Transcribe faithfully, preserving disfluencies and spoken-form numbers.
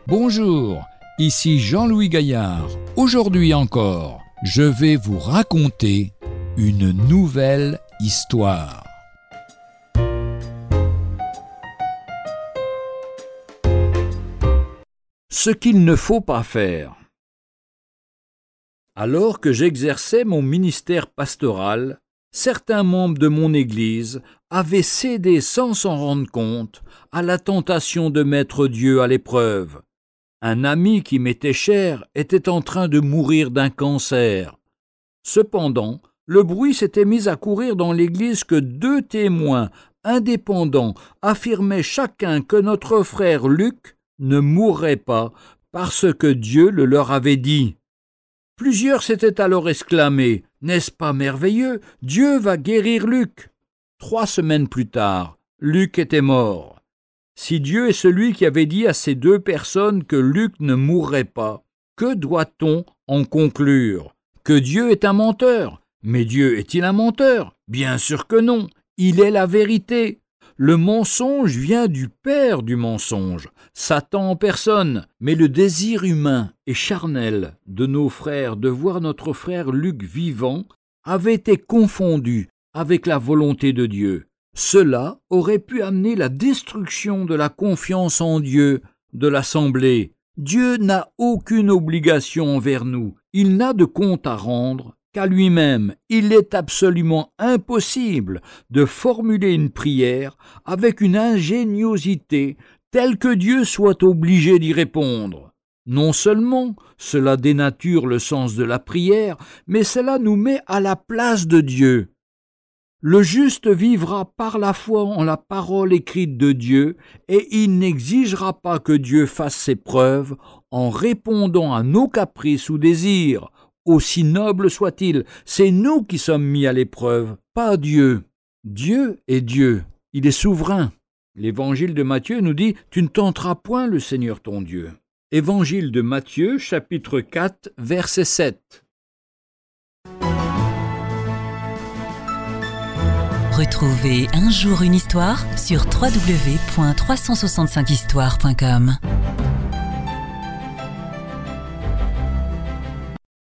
Bonjour, ici Jean-Louis Gaillard. Aujourd'hui encore, je vais vous raconter une nouvelle histoire. Ce qu'il ne faut pas faire. Alors que j'exerçais mon ministère pastoral, certains membres de mon Église avaient cédé sans s'en rendre compte à la tentation de mettre Dieu à l'épreuve. Un ami qui m'était cher était en train de mourir d'un cancer. Cependant, le bruit s'était mis à courir dans l'Église que deux témoins indépendants affirmaient chacun que notre frère Luc ne mourrait pas parce que Dieu le leur avait dit. Plusieurs s'étaient alors exclamés « N'est-ce pas merveilleux? Dieu va guérir Luc !» Trois semaines plus tard, Luc était mort. Si Dieu est celui qui avait dit à ces deux personnes que Luc ne mourrait pas, que doit-on en conclure? Que Dieu est un menteur? Mais Dieu est-il un menteur? Bien sûr que non, il est la vérité. Le mensonge vient du père du mensonge, Satan en personne, mais le désir humain et charnel de nos frères de voir notre frère Luc vivant avait été confondu avec la volonté de Dieu. Cela aurait pu amener la destruction de la confiance en Dieu de l'Assemblée. Dieu n'a aucune obligation envers nous, il n'a de compte à rendre qu'à lui-même. Il est absolument impossible de formuler une prière avec une ingéniosité telle que Dieu soit obligé d'y répondre. Non seulement cela dénature le sens de la prière, mais cela nous met à la place de Dieu. Le juste vivra par la foi en la parole écrite de Dieu et il n'exigera pas que Dieu fasse ses preuves en répondant à nos caprices ou désirs, aussi nobles soient-ils. C'est nous qui sommes mis à l'épreuve, pas Dieu. Dieu est Dieu, il est souverain. L'évangile de Matthieu nous dit « Tu ne tenteras point le Seigneur ton Dieu ». Évangile de Matthieu, chapitre quatre, verset sept. Retrouvez Un jour une histoire sur w w w point trois cent soixante-cinq histoire point com.